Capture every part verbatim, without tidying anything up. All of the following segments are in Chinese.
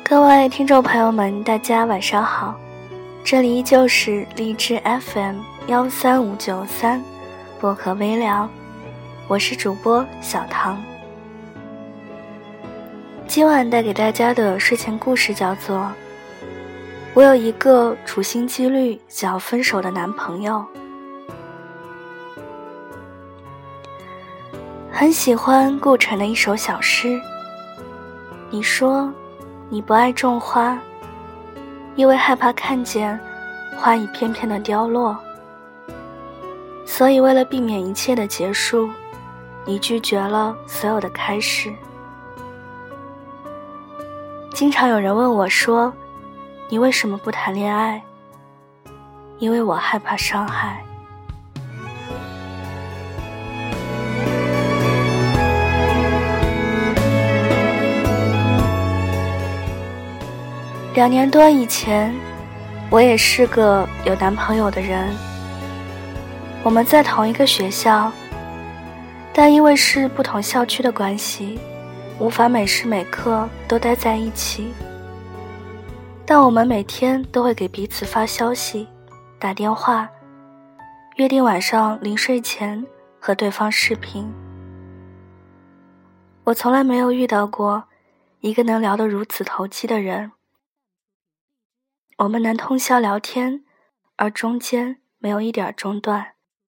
各位听众朋友们，大家晚上好，这里依旧是荔枝 F M 一三五九三薄荷微聊，我是主播小唐。今晚带给大家的睡前故事叫做我有一个处心积虑想要分手的男朋友。很喜欢顾城的一首小诗，你说你不爱种花，因为害怕看见花一片片的凋落，所以为了避免一切的结束，你拒绝了所有的开始。经常有人问我说，你为什么不谈恋爱？因为我害怕伤害。两年多以前，我也是个有男朋友的人。我们在同一个学校，但因为是不同校区的关系，无法每时每刻都待在一起。但我们每天都会给彼此发消息、打电话，约定晚上临睡前和对方视频。我从来没有遇到过一个能聊得如此投机的人。我们能通宵聊天，而中间没有一点中断。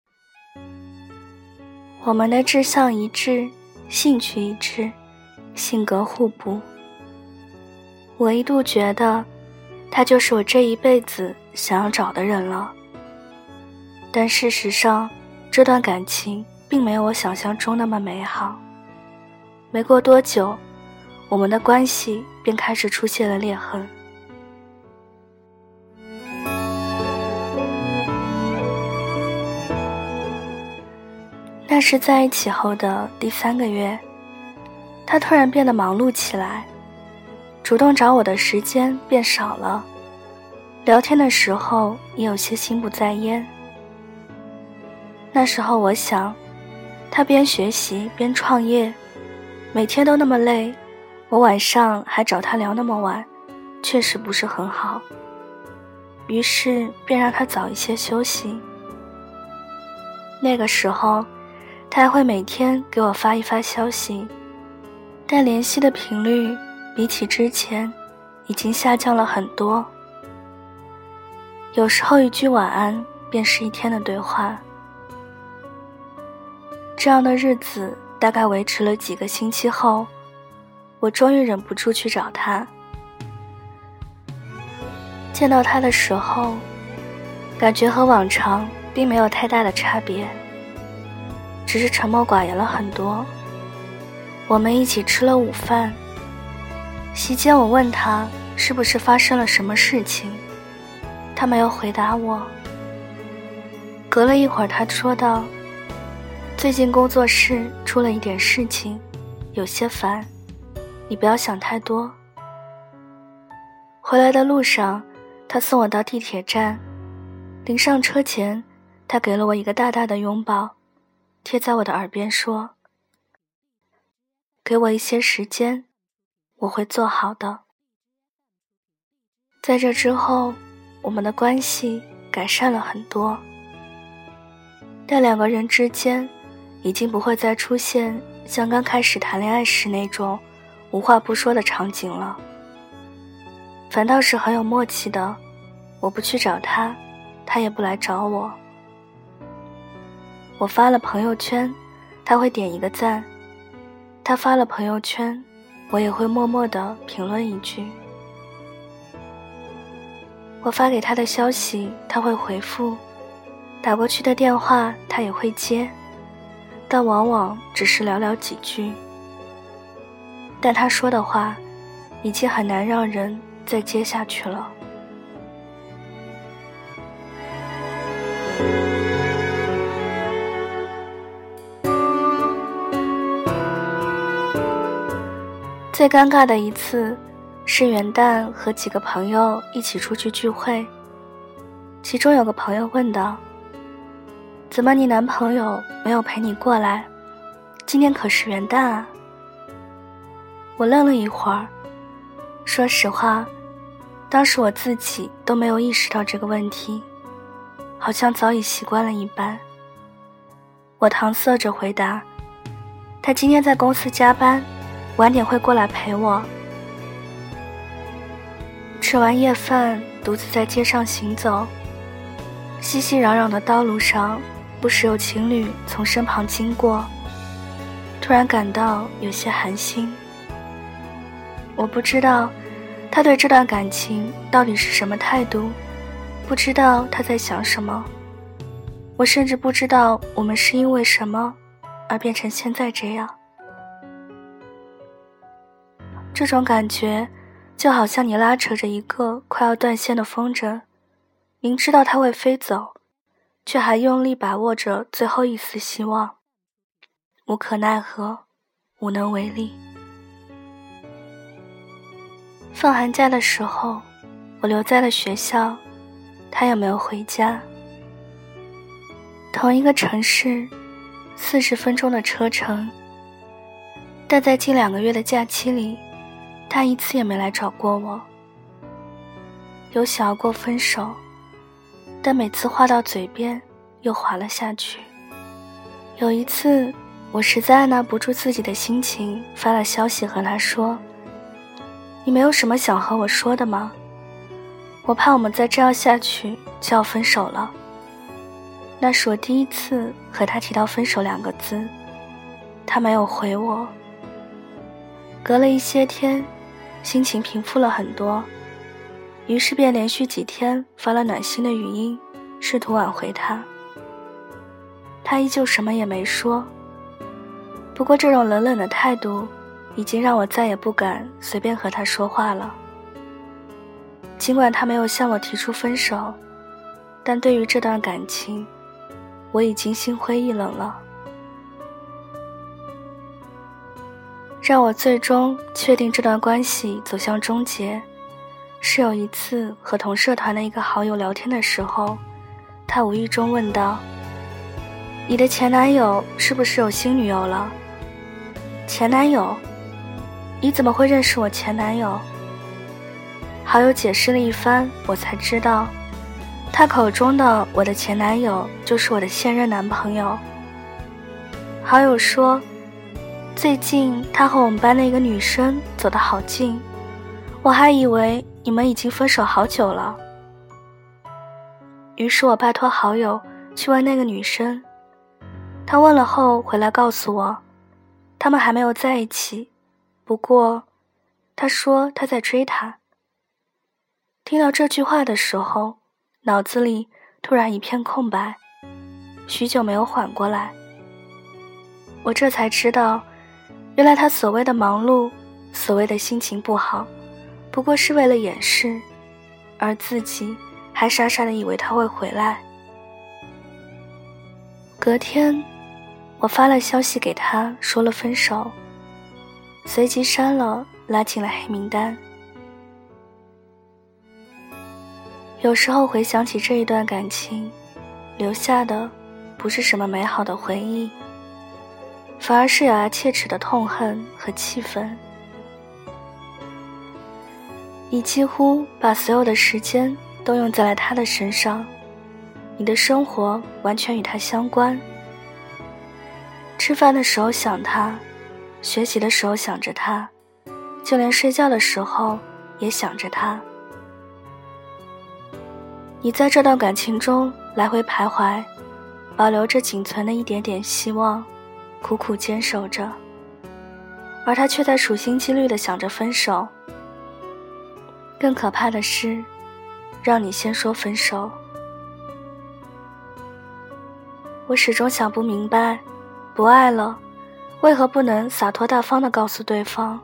我们的志向一致，兴趣一致，性格互补。我一度觉得他就是我这一辈子想要找的人了。但事实上，这段感情并没有我想象中那么美好。没过多久，我们的关系便开始出现了裂痕。那是在一起后的第三个月，他突然变得忙碌起来，主动找我的时间变少了，聊天的时候也有些心不在焉。那时候我想，他边学习边创业，每天都那么累，我晚上还找他聊那么晚，确实不是很好。于是便让他早一些休息。那个时候他还会每天给我发一发消息，但联系的频率比起之前已经下降了很多。有时候一句晚安便是一天的对话。这样的日子大概维持了几个星期后，我终于忍不住去找他。见到他的时候，感觉和往常并没有太大的差别，只是沉默寡言了很多。我们一起吃了午饭，席间我问他是不是发生了什么事情，他没有回答我。隔了一会儿他说道，最近工作室出了一点事情，有些烦，你不要想太多。回来的路上，他送我到地铁站，临上车前，他给了我一个大大的拥抱，贴在我的耳边说，给我一些时间，我会做好的。在这之后，我们的关系改善了很多，但两个人之间已经不会再出现像刚开始谈恋爱时那种无话不说的场景了，反倒是很有默契的，我不去找他，他也不来找我。我发了朋友圈，他会点一个赞，他发了朋友圈，我也会默默地评论一句。我发给他的消息，他会回复，打过去的电话他也会接，但往往只是寥寥几句。但他说的话已经很难让人再接下去了。最尴尬的一次是元旦和几个朋友一起出去聚会，其中有个朋友问道，怎么你男朋友没有陪你过来？今天可是元旦啊。我愣了一会儿， 说实话，当时我自己都没有意识到这个问题，好像早已习惯了一般。我搪塞着回答，他今天在公司加班，晚点会过来陪我。吃完夜饭，独自在街上行走，熙熙攘攘的道路上，不时有情侣从身旁经过，突然感到有些寒心。我不知道他对这段感情到底是什么态度，不知道他在想什么，我甚至不知道我们是因为什么而变成现在这样。这种感觉就好像你拉扯着一个快要断线的风筝，明知道它会飞走，却还用力把握着最后一丝希望，无可奈何，无能为力。放寒假的时候，我留在了学校，他也没有回家。同一个城市，四十分钟的车程，但在近两个月的假期里，他一次也没来找过我。有想要过分手，但每次话到嘴边又滑了下去。有一次，我实在按捺不住自己的心情，发了消息和他说，你没有什么想和我说的吗？我怕我们再这样下去就要分手了。那是我第一次和他提到分手两个字，他没有回我。隔了一些天，心情平复了很多，于是便连续几天发了暖心的语音，试图挽回他。他依旧什么也没说，不过这种冷冷的态度已经让我再也不敢随便和他说话了。尽管他没有向我提出分手，但对于这段感情，我已经心灰意冷了。让我最终确定这段关系走向终结，是有一次和同社团的一个好友聊天的时候，他无意中问道，你的前男友是不是有新女友了？前男友？你怎么会认识我前男友？好友解释了一番，我才知道，他口中的我的前男友就是我的现任男朋友。好友说，最近他和我们班的一个女生走得好近，我还以为你们已经分手好久了。于是我拜托好友去问那个女生，她问了后回来告诉我，他们还没有在一起，不过她说她在追他。听到这句话的时候，脑子里突然一片空白，许久没有缓过来。我这才知道，原来他所谓的忙碌，所谓的心情不好，不过是为了掩饰，而自己还傻傻地以为他会回来。隔天，我发了消息给他，说了分手，随即删了，拉进了黑名单。有时候回想起这一段感情，留下的不是什么美好的回忆，反而是咬牙切齿的痛恨和气愤。你几乎把所有的时间都用在了他的身上，你的生活完全与他相关。吃饭的时候想他，学习的时候想着他，就连睡觉的时候也想着他。你在这段感情中来回徘徊，保留着仅存的一点点希望，苦苦坚守着，而他却在处心积虑地想着分手。更可怕的是，让你先说分手。我始终想不明白，不爱了，为何不能洒脱大方地告诉对方？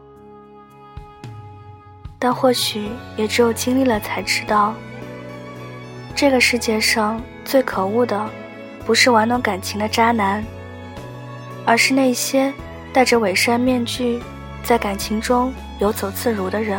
但或许也只有经历了才知道，这个世界上最可恶的不是玩弄感情的渣男，而是那些戴着伪善面具在感情中游走自如的人。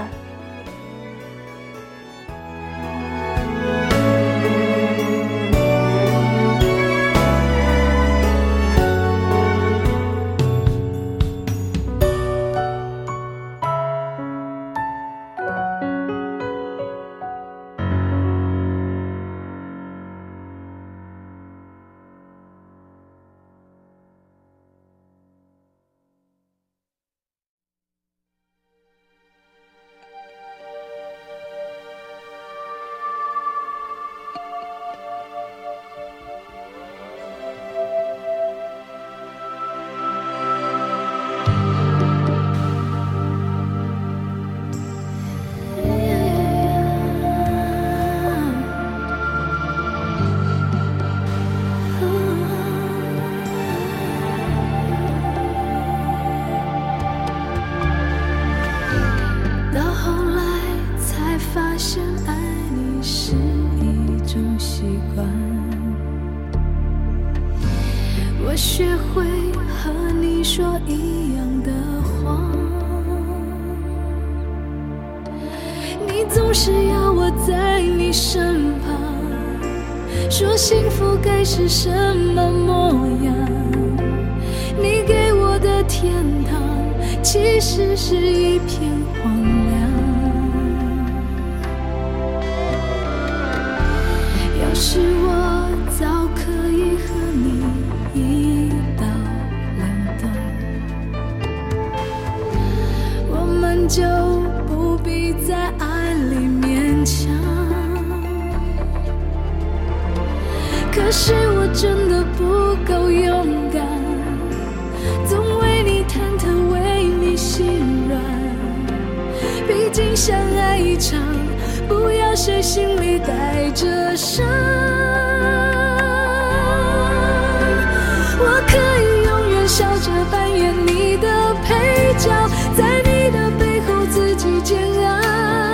学会和你说一样的话，你总是要我在你身旁，说幸福该是什么模样。你给我的天堂其实是一片荒凉。要是我早可以和你一刀两断，我们就不必在爱里勉强。可是我真的不够勇敢，总为你忐忑，为你心软。毕竟相爱一场，不要谁心里带着伤。我可以永远笑着扮演你的配角，在你的背后自己煎熬。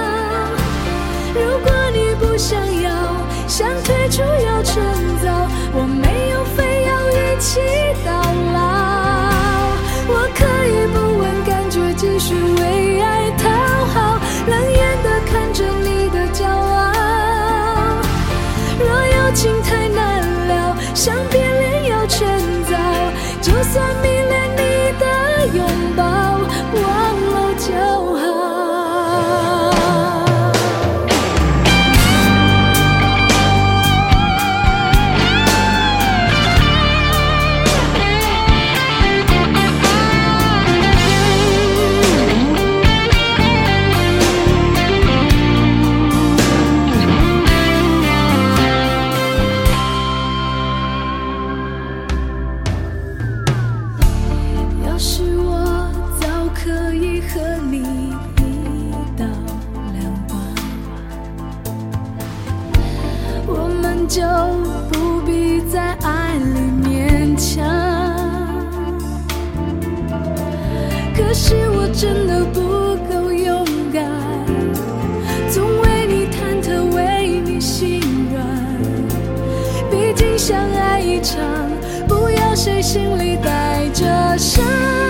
如果你不想要，想退出要趁早，我没有非要一起到老。我可以不问感觉，继续为爱讨好，冷眼地看着你的骄傲。若友情太难了，想变脸要趁早，就算迷恋你的拥抱，忘了就好。就不必在爱里勉强。可是我真的不够勇敢，总为你忐忑，为你心软。毕竟相爱一场，不要谁心里带着伤。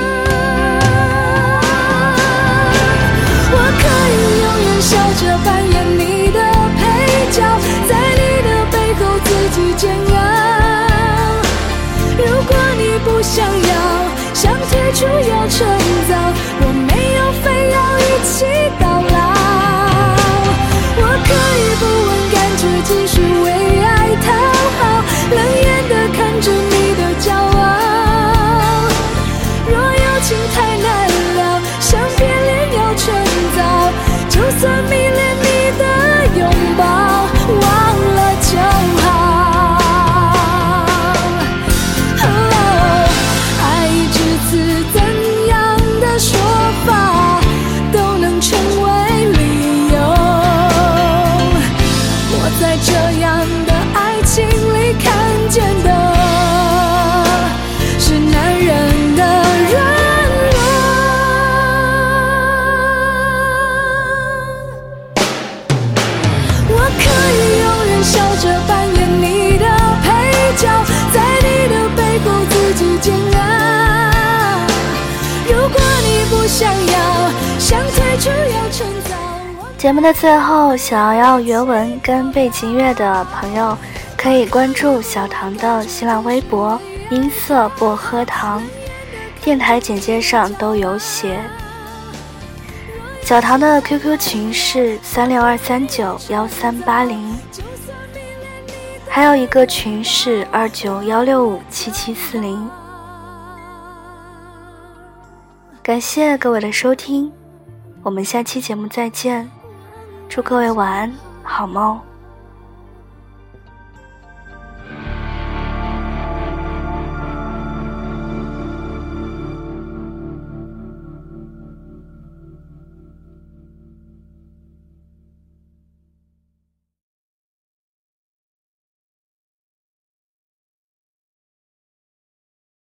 我可以永远笑着扮演你的配角，在你的背后自己煎熬。如果你不想要，想退出要趁早，我没有非要一起到老。我可以不问感觉，继续为爱讨好，冷眼地看着你的骄傲。若友情太难了，想变脸要趁早，就算迷恋你的拥抱，忘了就好。哦，爱至此怎样的说法都能成为理由。我在这样的爱情里看见的是男人的软弱。我可以永远笑着扮演你的配角，在你的背后自己煎熬。如果你不想要，想退出要趁早。 节目的最后，想要原文跟背景乐的朋友可以关注小唐的新浪微博音色薄荷糖，电台简介上都有写。小唐的 Q Q 群是三六二三九幺三八零，还有一个群是二九幺六五七七四零。感谢各位的收听，我们下期节目再见，祝各位晚安，好梦。